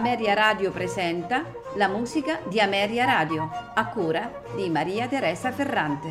Ameria Radio presenta la musica di Ameria Radio, a cura di Maria Teresa Ferrante.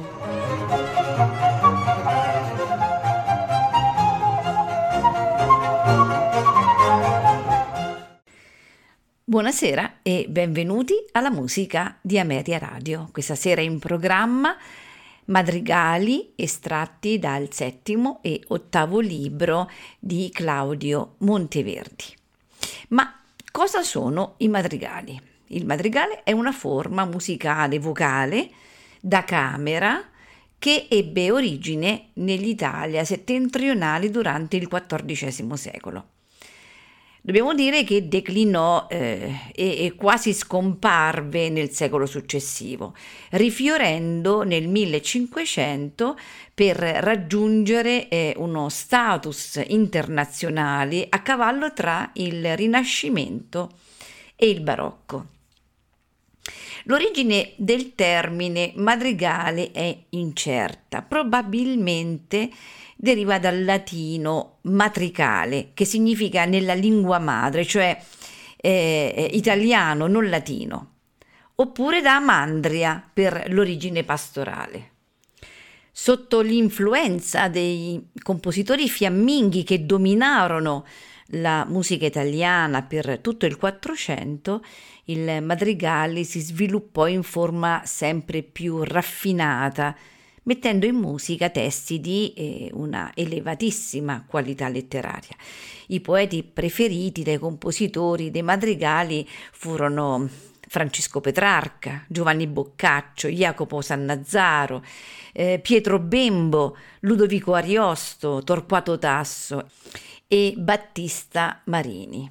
Buonasera e benvenuti alla musica di Ameria Radio. Questa sera in programma madrigali estratti dal settimo e ottavo libro di Claudio Monteverdi. Ma cosa sono i madrigali? Il madrigale è una forma musicale vocale da camera che ebbe origine nell'Italia settentrionale durante il XIV secolo. Dobbiamo dire che declinò e quasi scomparve nel secolo successivo, rifiorendo nel 1500 per raggiungere uno status internazionale a cavallo tra il Rinascimento e il Barocco. L'origine del termine madrigale è incerta, probabilmente deriva dal latino matricale, che significa nella lingua madre, cioè italiano, non latino, oppure da mandria per l'origine pastorale. Sotto l'influenza dei compositori fiamminghi che dominarono la musica italiana per tutto il Quattrocento, il madrigale si sviluppò in forma sempre più raffinata, mettendo in musica testi di una elevatissima qualità letteraria. I poeti preferiti dai compositori dei madrigali furono Francesco Petrarca, Giovanni Boccaccio, Jacopo Sannazzaro, Pietro Bembo, Ludovico Ariosto, Torquato Tasso e Battista Marini.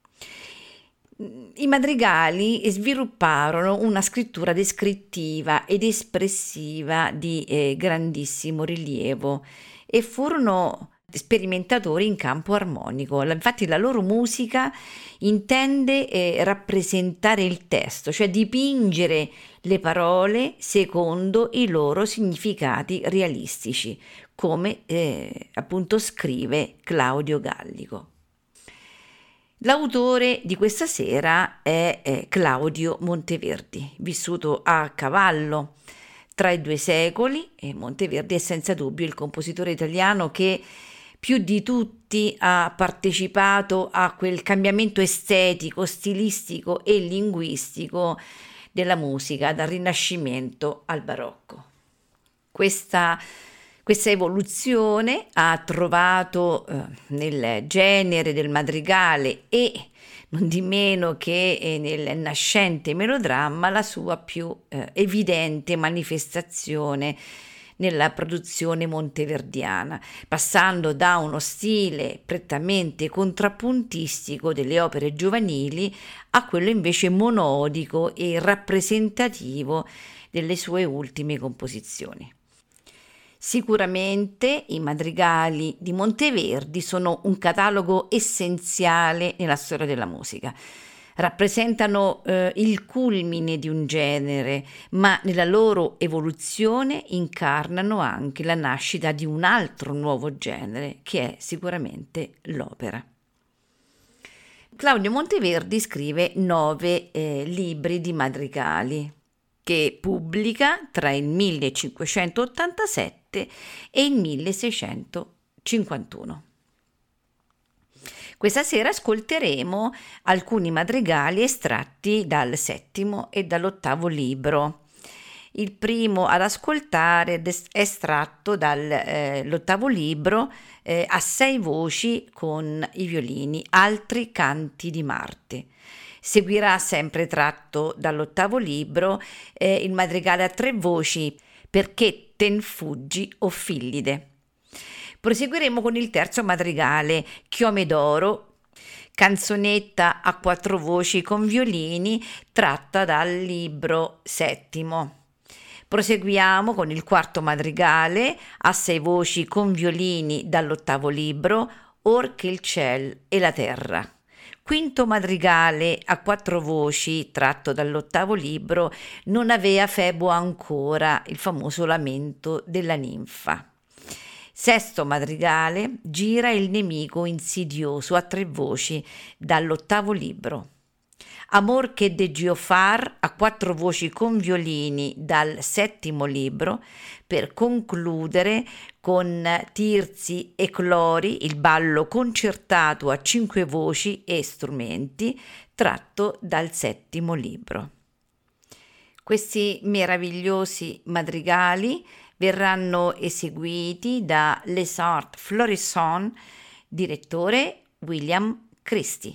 I madrigali svilupparono una scrittura descrittiva ed espressiva di grandissimo rilievo e furono sperimentatori in campo armonico. Infatti la loro musica intende rappresentare il testo, cioè dipingere le parole secondo i loro significati realistici, come appunto scrive Claudio Gallico. L'autore di questa sera è Claudio Monteverdi, vissuto a cavallo tra i due secoli, e Monteverdi è senza dubbio il compositore italiano che più di tutti ha partecipato a quel cambiamento estetico, stilistico e linguistico della musica dal Rinascimento al Barocco. Questa evoluzione ha trovato nel genere del madrigale e non di meno che nel nascente melodramma la sua più evidente manifestazione nella produzione monteverdiana, passando da uno stile prettamente contrappuntistico delle opere giovanili a quello invece monodico e rappresentativo delle sue ultime composizioni. Sicuramente i madrigali di Monteverdi sono un catalogo essenziale nella storia della musica. Rappresentano il culmine di un genere, ma nella loro evoluzione incarnano anche la nascita di un altro nuovo genere, che è sicuramente l'opera. Claudio Monteverdi scrive 9 libri di madrigali, che pubblica tra il 1587 e il 1651. Questa sera ascolteremo alcuni madrigali estratti dal settimo e dall'ottavo libro. Il primo ad ascoltare è estratto dall'ottavo libro, a 6 voci con i violini, Altri canti di Marte. Seguirà, sempre tratto dall'ottavo libro, il madrigale a 3 voci, Perché ten fuggi, o Fillide. Proseguiremo con il terzo madrigale, Chiome d'oro, canzonetta a 4 voci con violini, tratta dal libro settimo. Proseguiamo con il quarto madrigale, a 6 voci con violini dall'ottavo libro, Or che il ciel e la terra. Quinto madrigale a 4 voci, tratto dall'ottavo libro, Non avea Febo ancora, il famoso lamento della ninfa. Sesto madrigale, Gira il nemico insidioso, a 3 voci, dall'ottavo libro. Amor che de Giofar a 4 voci con violini dal 7° libro, per concludere con Tirzi e Clori, il ballo concertato a 5 voci e strumenti, tratto dal 7° libro. Questi meravigliosi madrigali verranno eseguiti da Les Arts Florissants, direttore William Christie.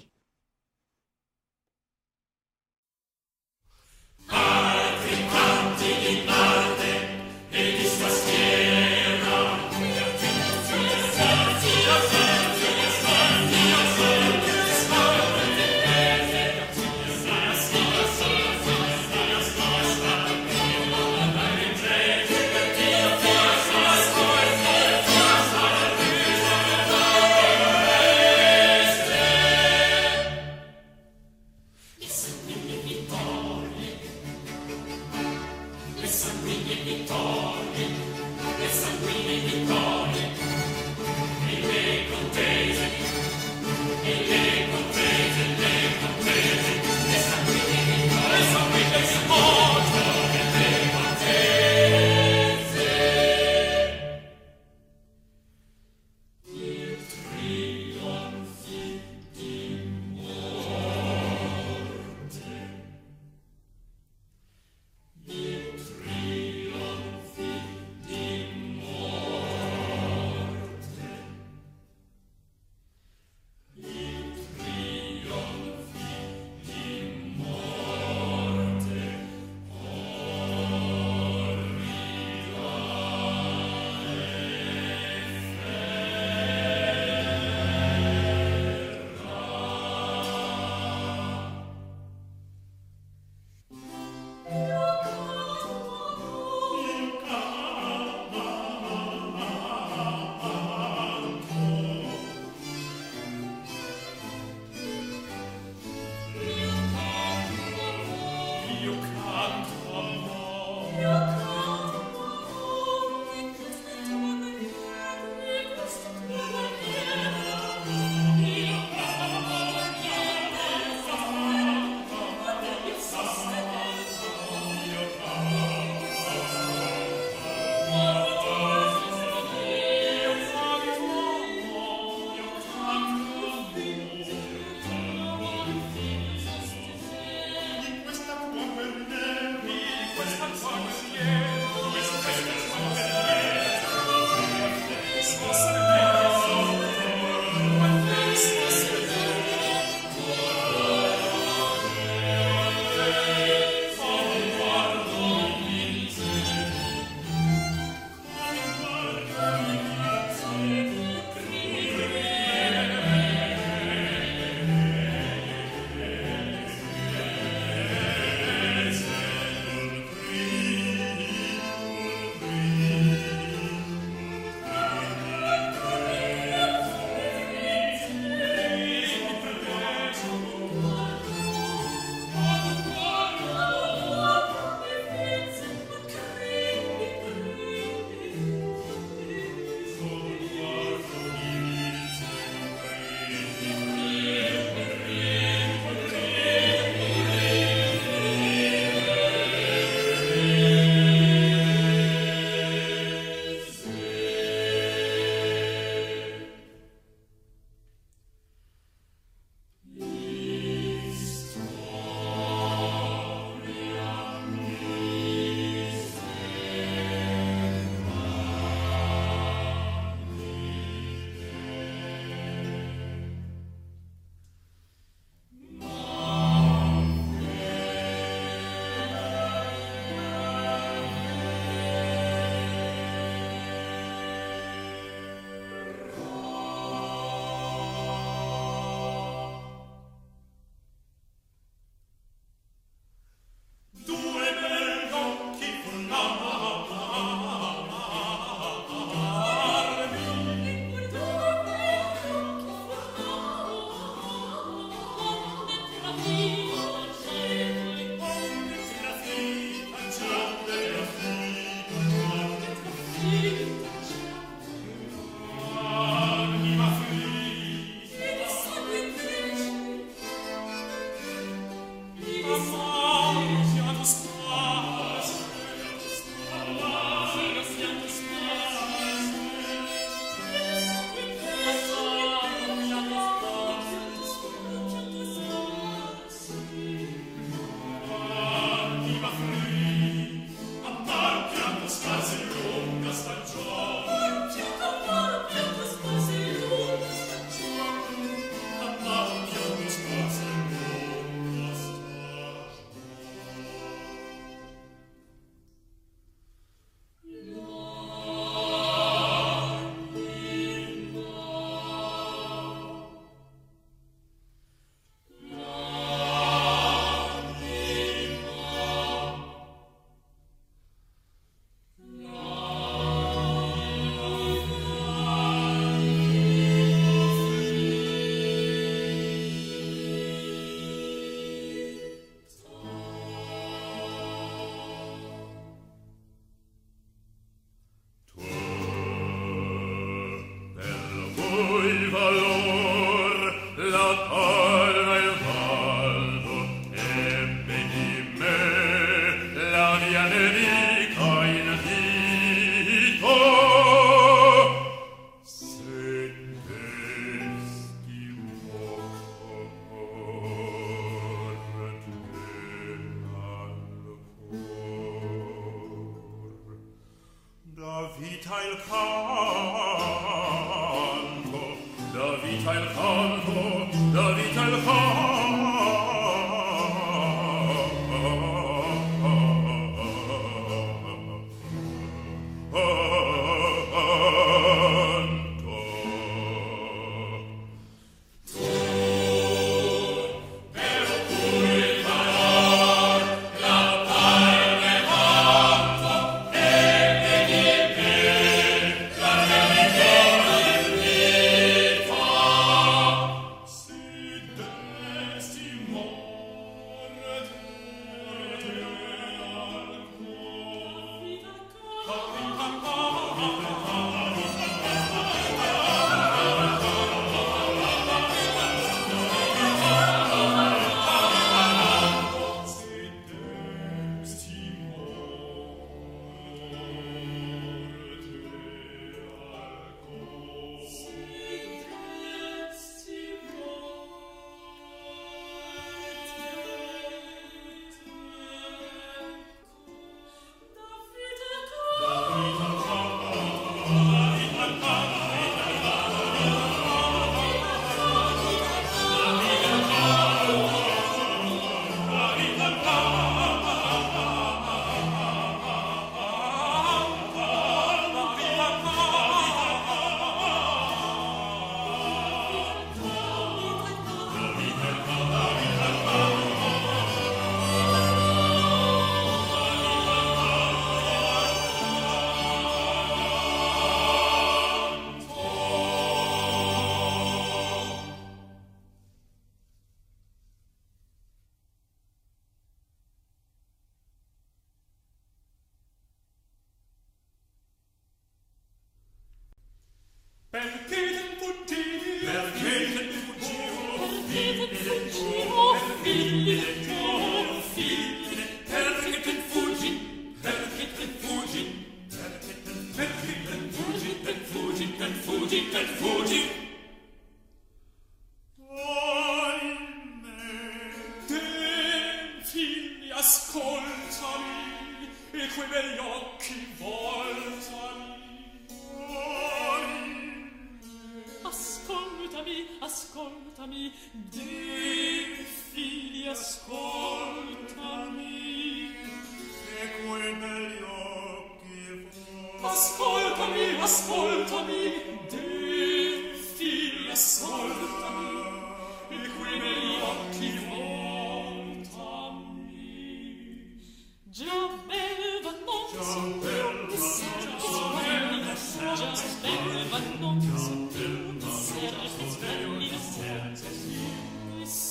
This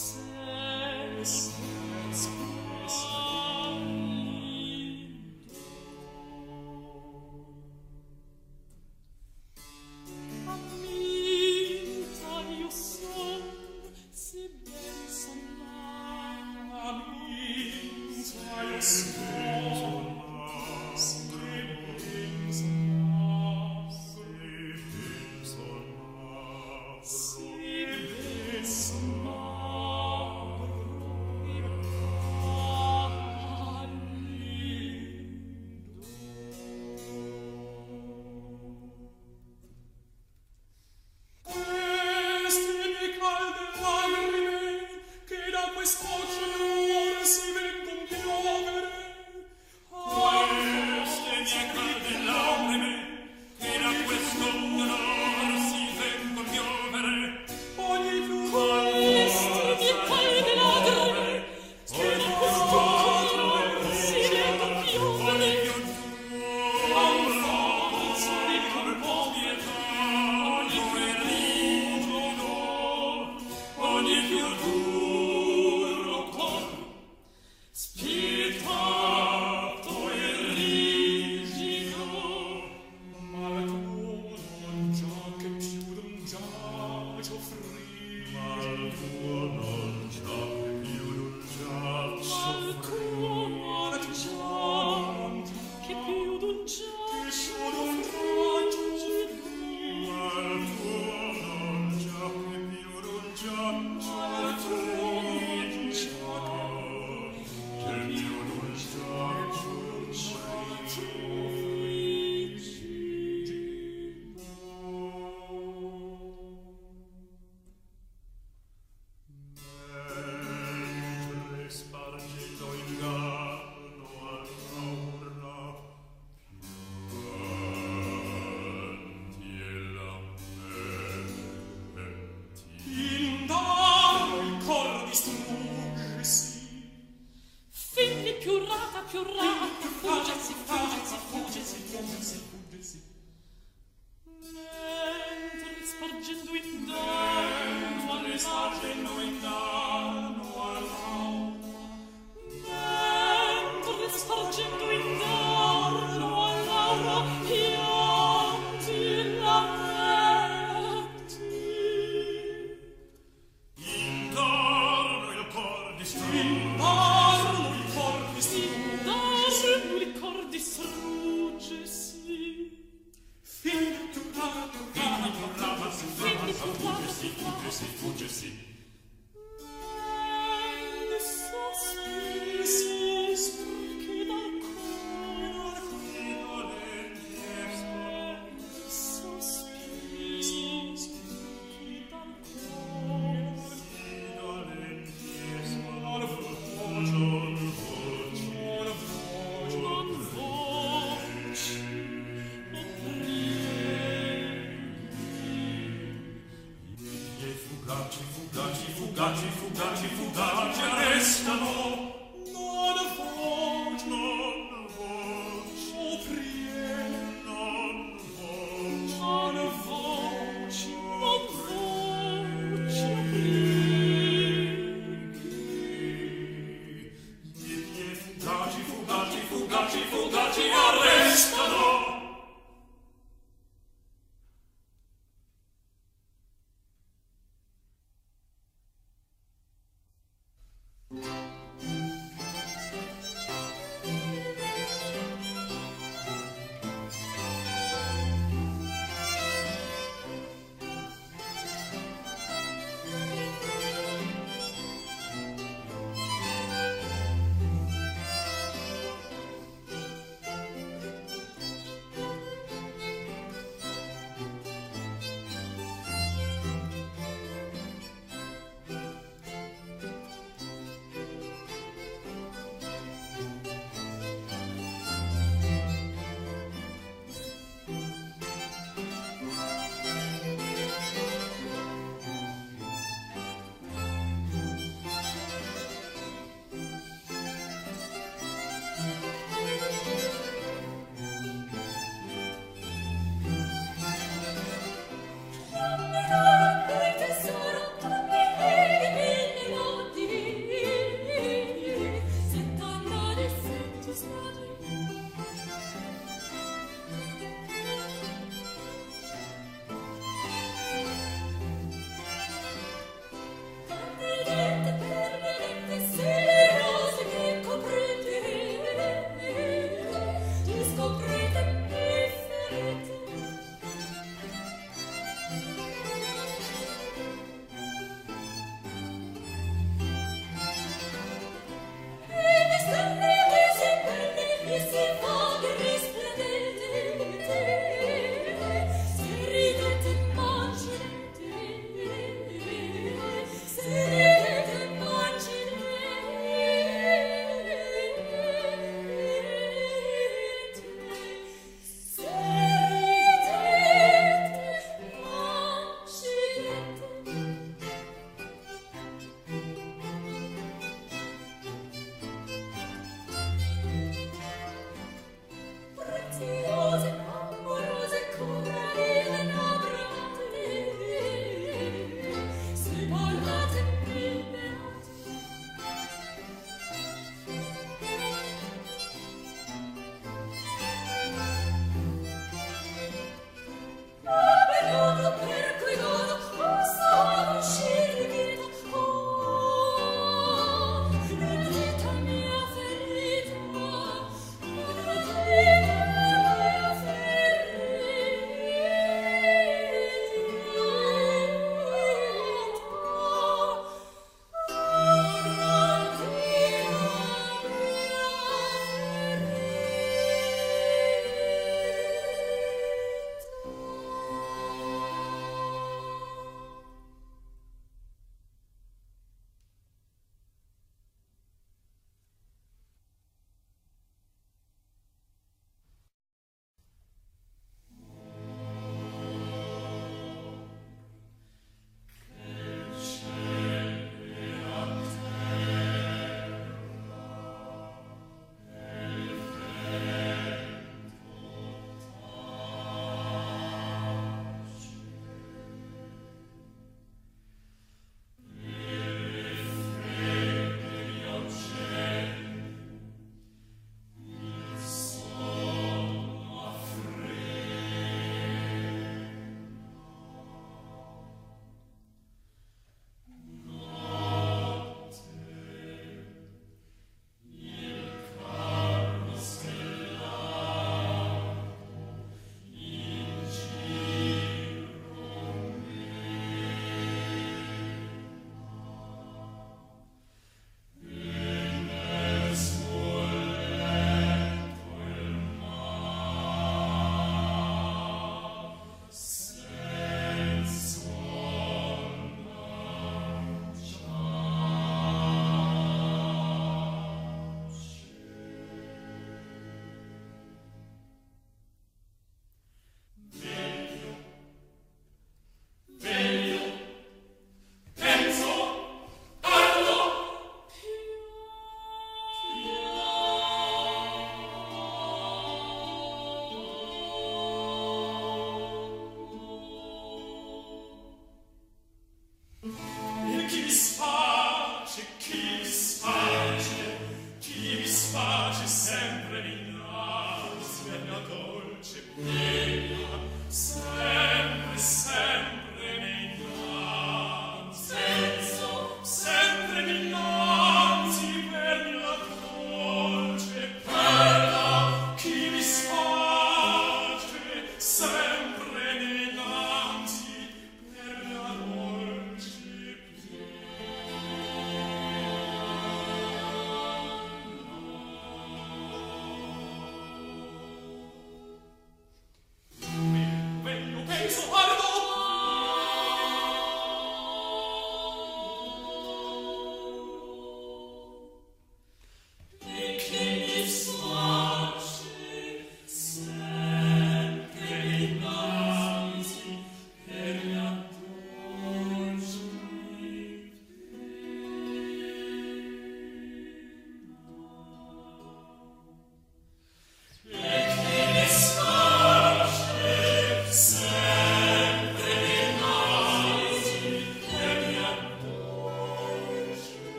Figli più rata, fuggesi, mentre spargendo indanno mentre spargendo indanno all'aura pianti lamenti. Intorno il cor distrugge, figli più rata, fuggesi. Fugaci, arrestano. Non voce, oh priere, non voce, oh priere. Fugaci, arrestano.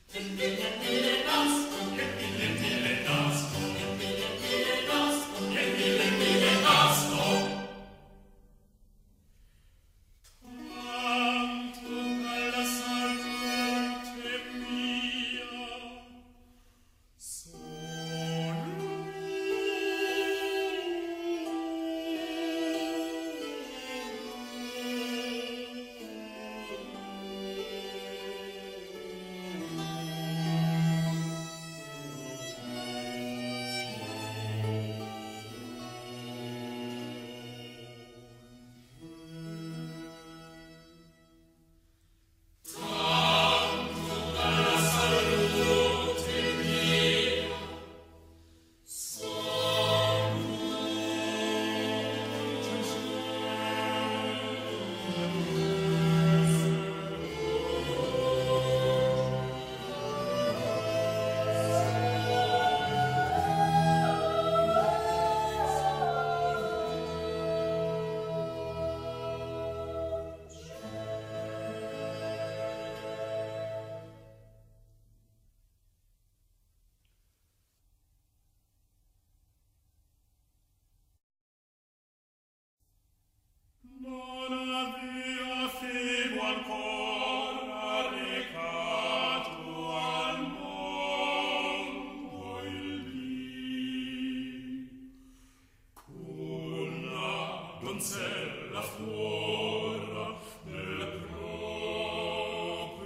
Non avea febo ancora recato al mondo il dì, con la donzella fuora del proprio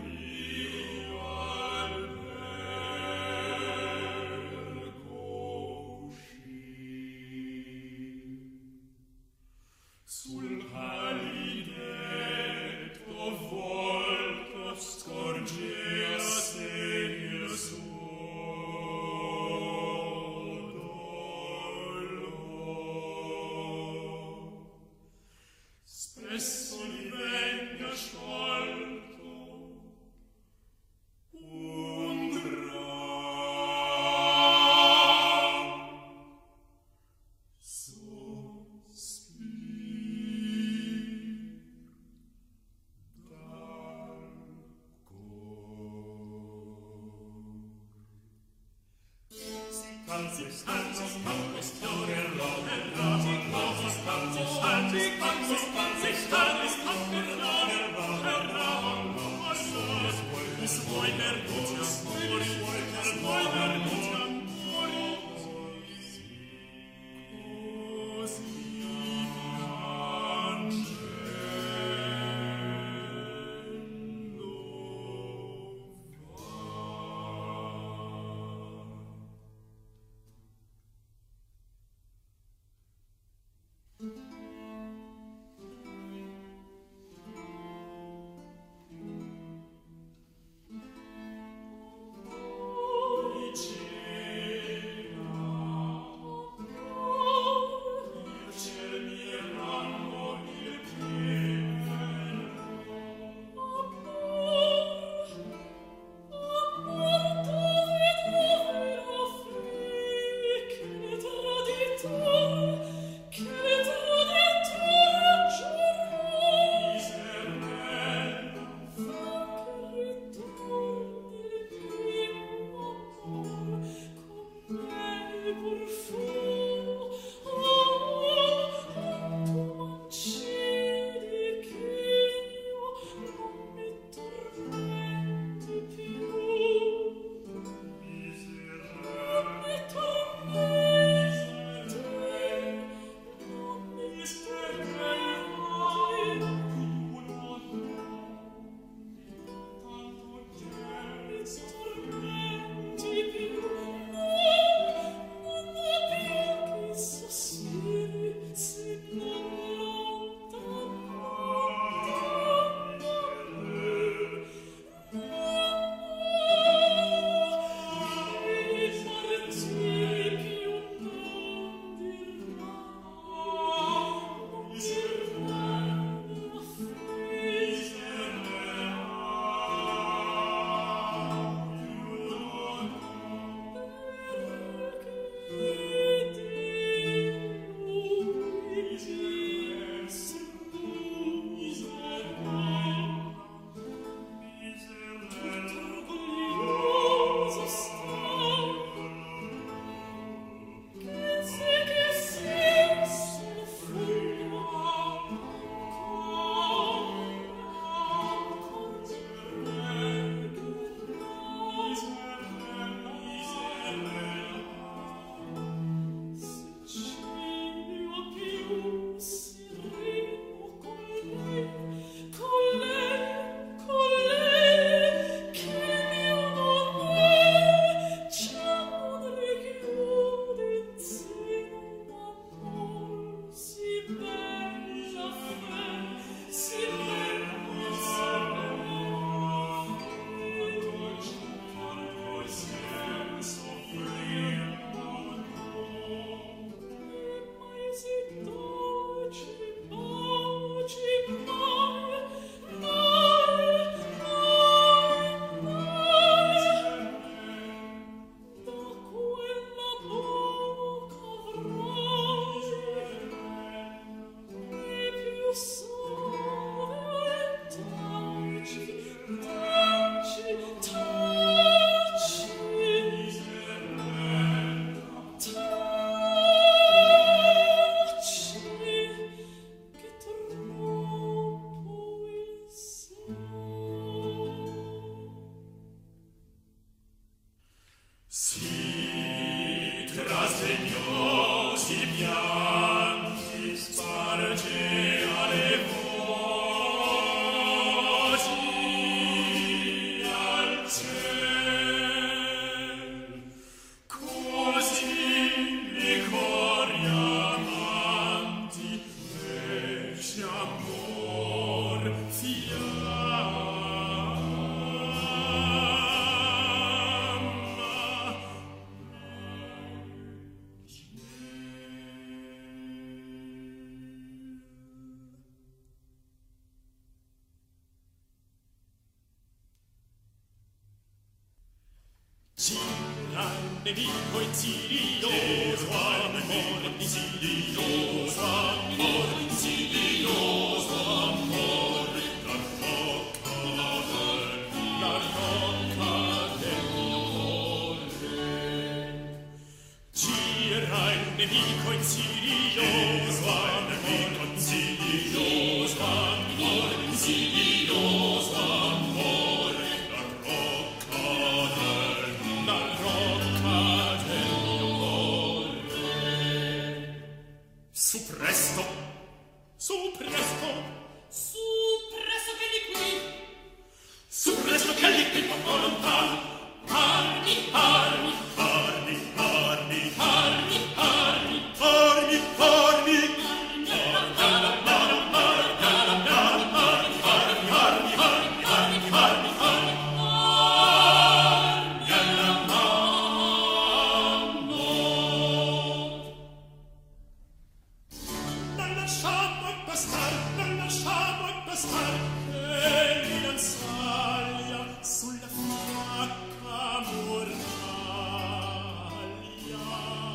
albergo uscì. Sul palidetto volto scorgeasi il suo dolor. Spesso gli venne sciolto un gran sospir dal cor. Si stanno esplorerò Si trasdegnò, si pianti, sparge alle voci al ciel. Così i cori amanti fece amor C'era un nemico insidioso, amore insidioso, amore insidioso, amore, la rocca del cuore. C'era un nemico insidioso, amore insidioso, amore insidioso, amore, la rocca del mio cuore. Su presto, su presto, Su presto che di qui, su presto che lì qui poco lontano. armi, armi, Armi, armi, armi, armi, armi, armi. Non lasciamo passare, egli non saglia sulla fiacca mortaglia.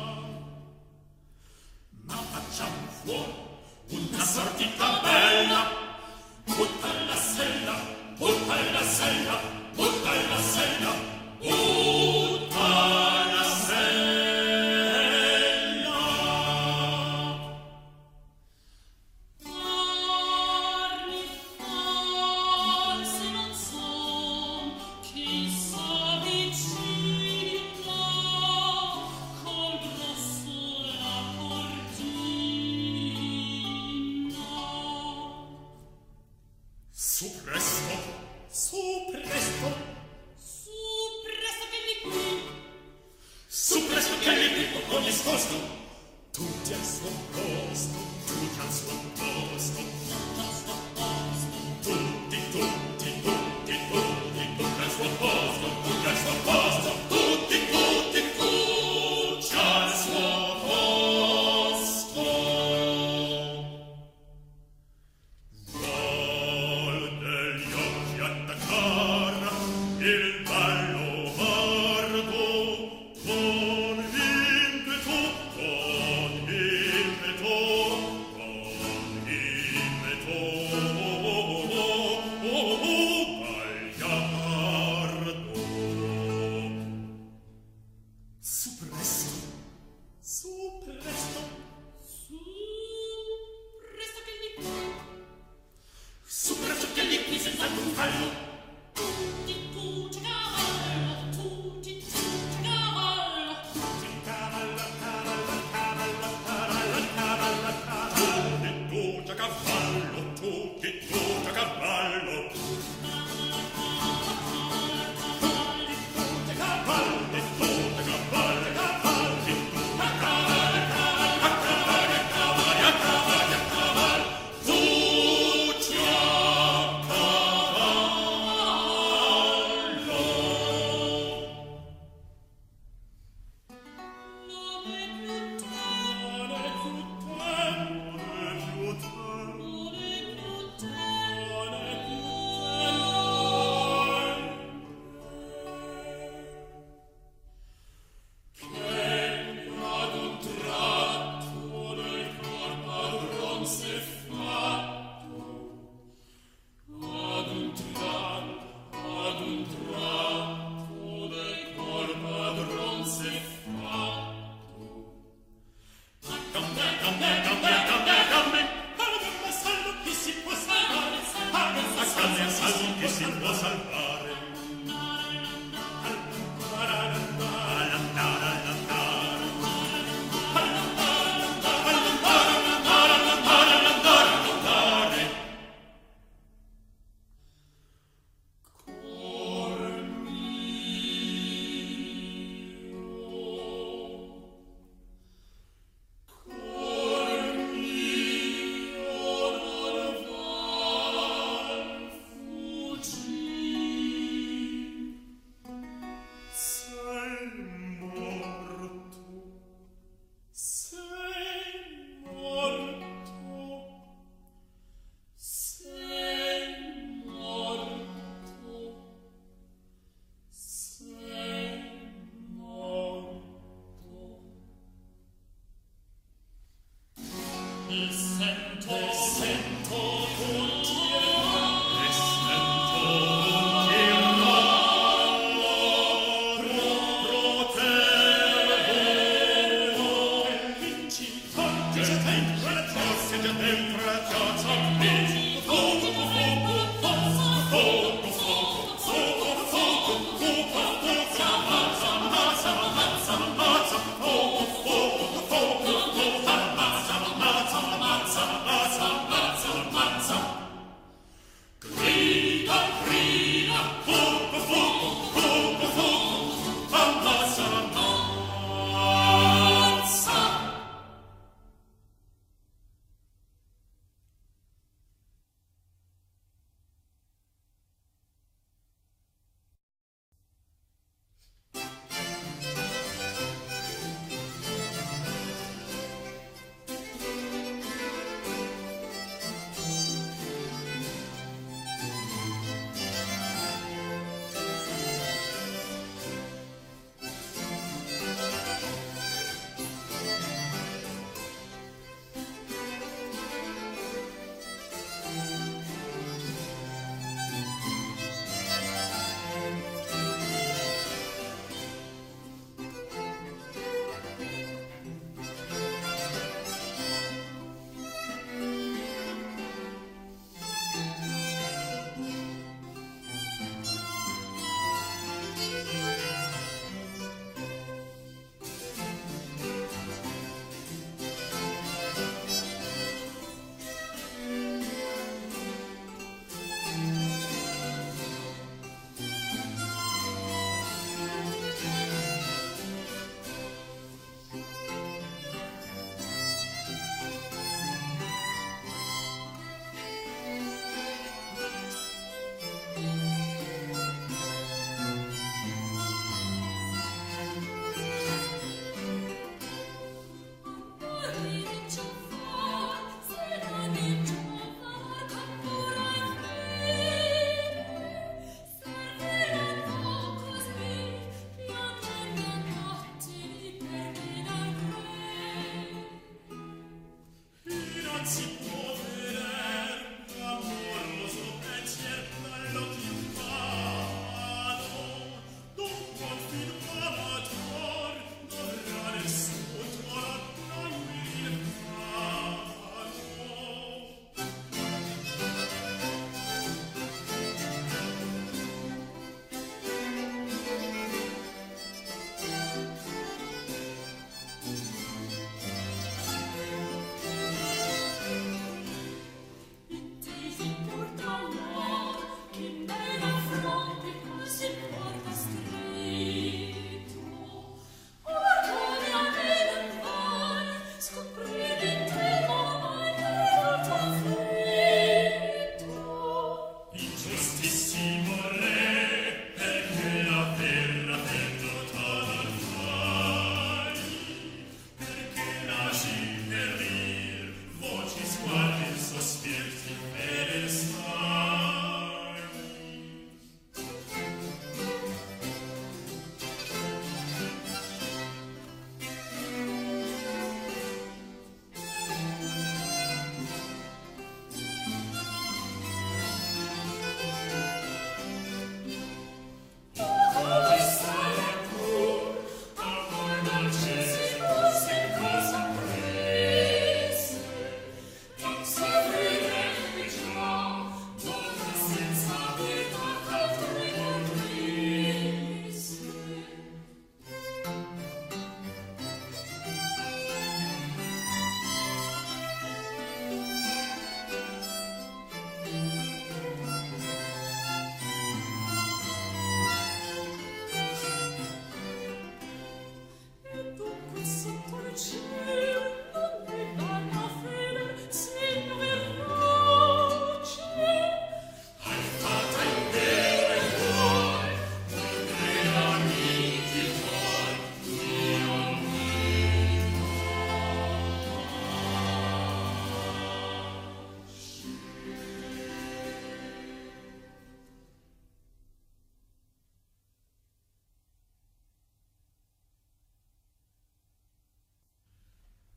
Ma facciamo fuori una sortita bella, butta la sella, butta la sella, butta la sella, butta la sella. armi false non son, chi s'avvicina col grosso la cortina. Su presto, su presto, Su presto che di qui, su presto che lì qui poco discosto. Tutti al suo posto, tutti al suo posto. Tutti, tutti, tutti, tutti, tutti al suo posto, tutti al suo posto. Tutti, tutti, tutti al suo posto. Vol degli occhi attaccar il ballo ardo con impeto, con impeto, con impeto, gagliardo. Su presto, su presto, su presto che di qui, su presto che lì qui senza alcun fallo. tutti, tutti cavalli,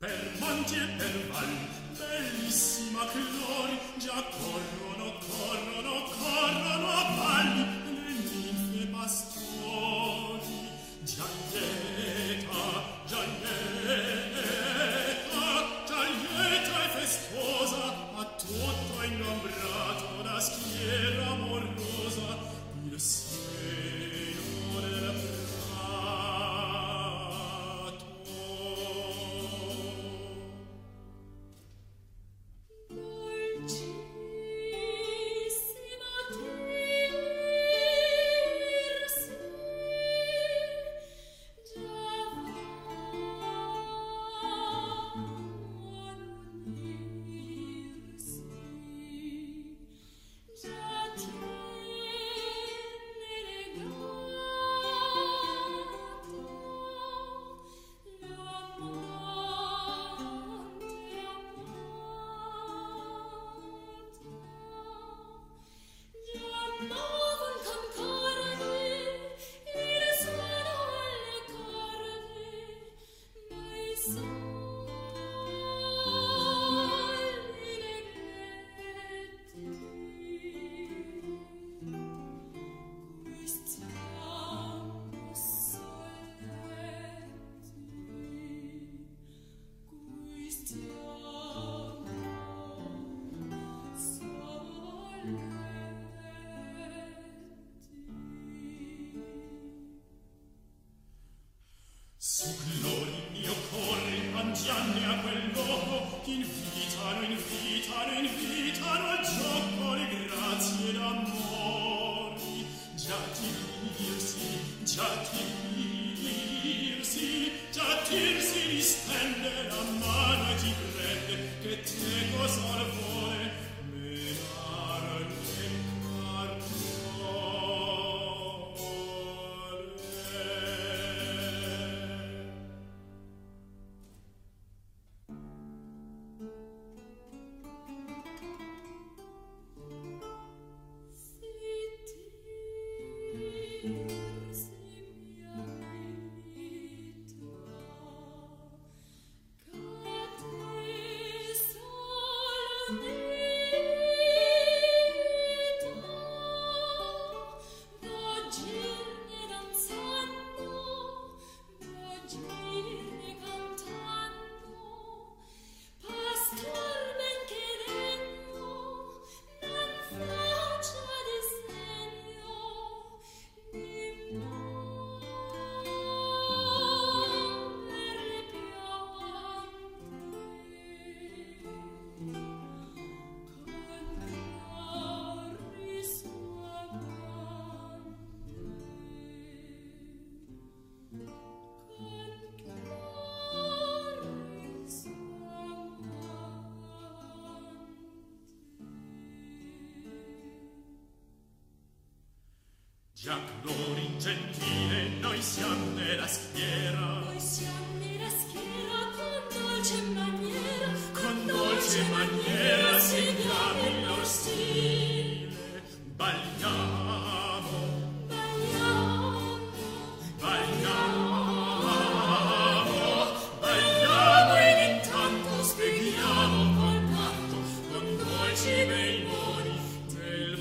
Per monti e per valli, bellissima Clori, già corrono, corrono, corrono a balli le ninfe pastori. Già lieta, già lieta, già lieta e festosa, a tutto ingombrato da schiera amorosa, il seno del prato. Dolcissima Tirsi, già va ad unirsi, già tiene legato l'amante Chiamavon con cordi il suono alle corde, ma i soldi negletti. Qui stiamo soletti, qui stiamo Su Clori mio corri, andianne a quel loco, invitano, invitano, invitano al gioco le grazie d'amori. Già tirsi distende la mano e ti prende, che te cosa vuole menare nel Già Clori gentile, noi siamo nella schiera, Noi siamo nella schiera con dolce maniera, con dolce maniera seguiamo il loro stile. Balliamo, balliamo, balliamo, balliamo ed intanto spieghiamo col canto, con dolci bei modi del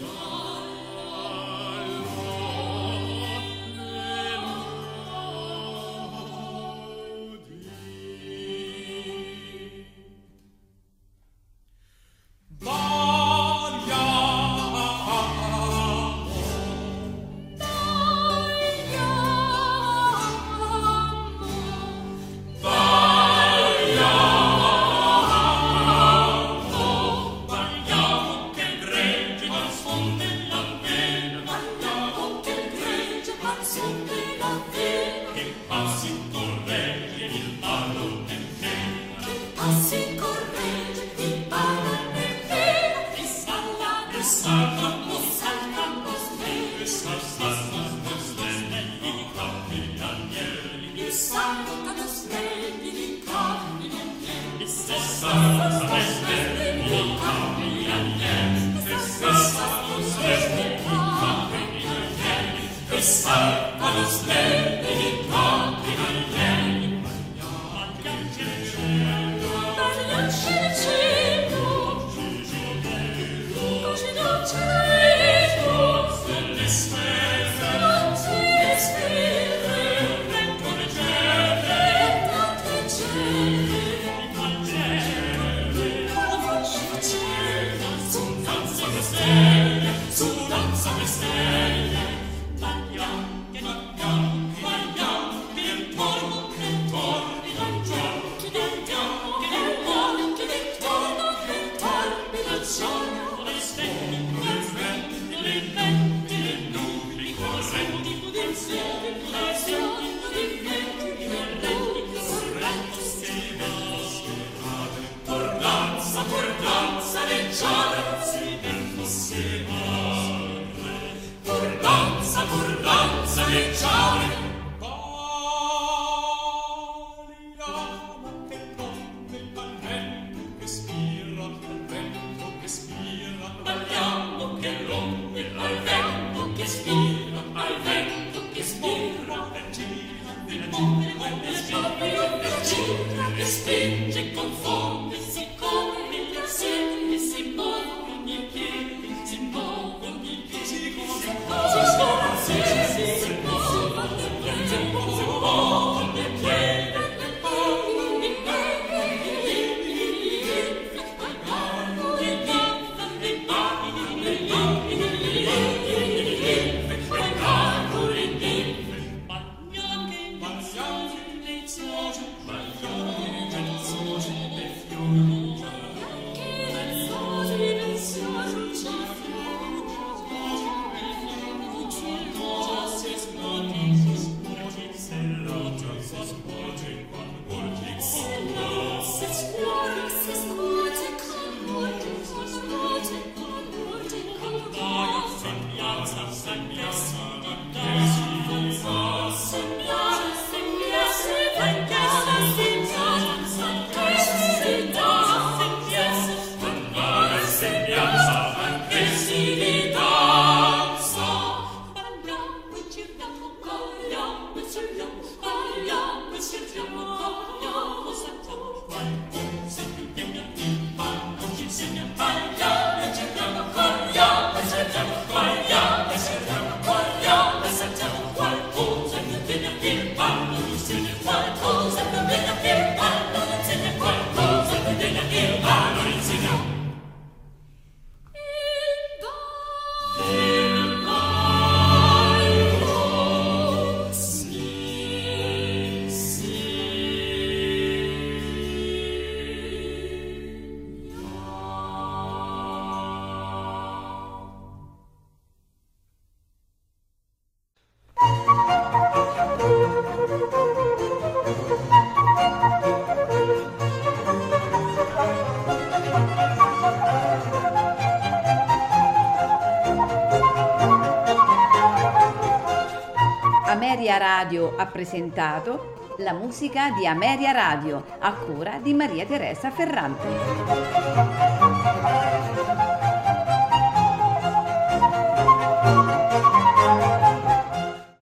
passi corregge, il ballo nemmeno, e saltamos, saltamos, saltamos, e saltano svegli di campiglianieri, e saltano svegli di campiglianieri, e saltano svegli di campiglianieri, e saltano svegli di campiglianieri, e saltano svegli di campiglianieri. Anche il cielo Ameria Radio ha presentato la musica di Ameria Radio a cura di Maria Teresa Ferrante.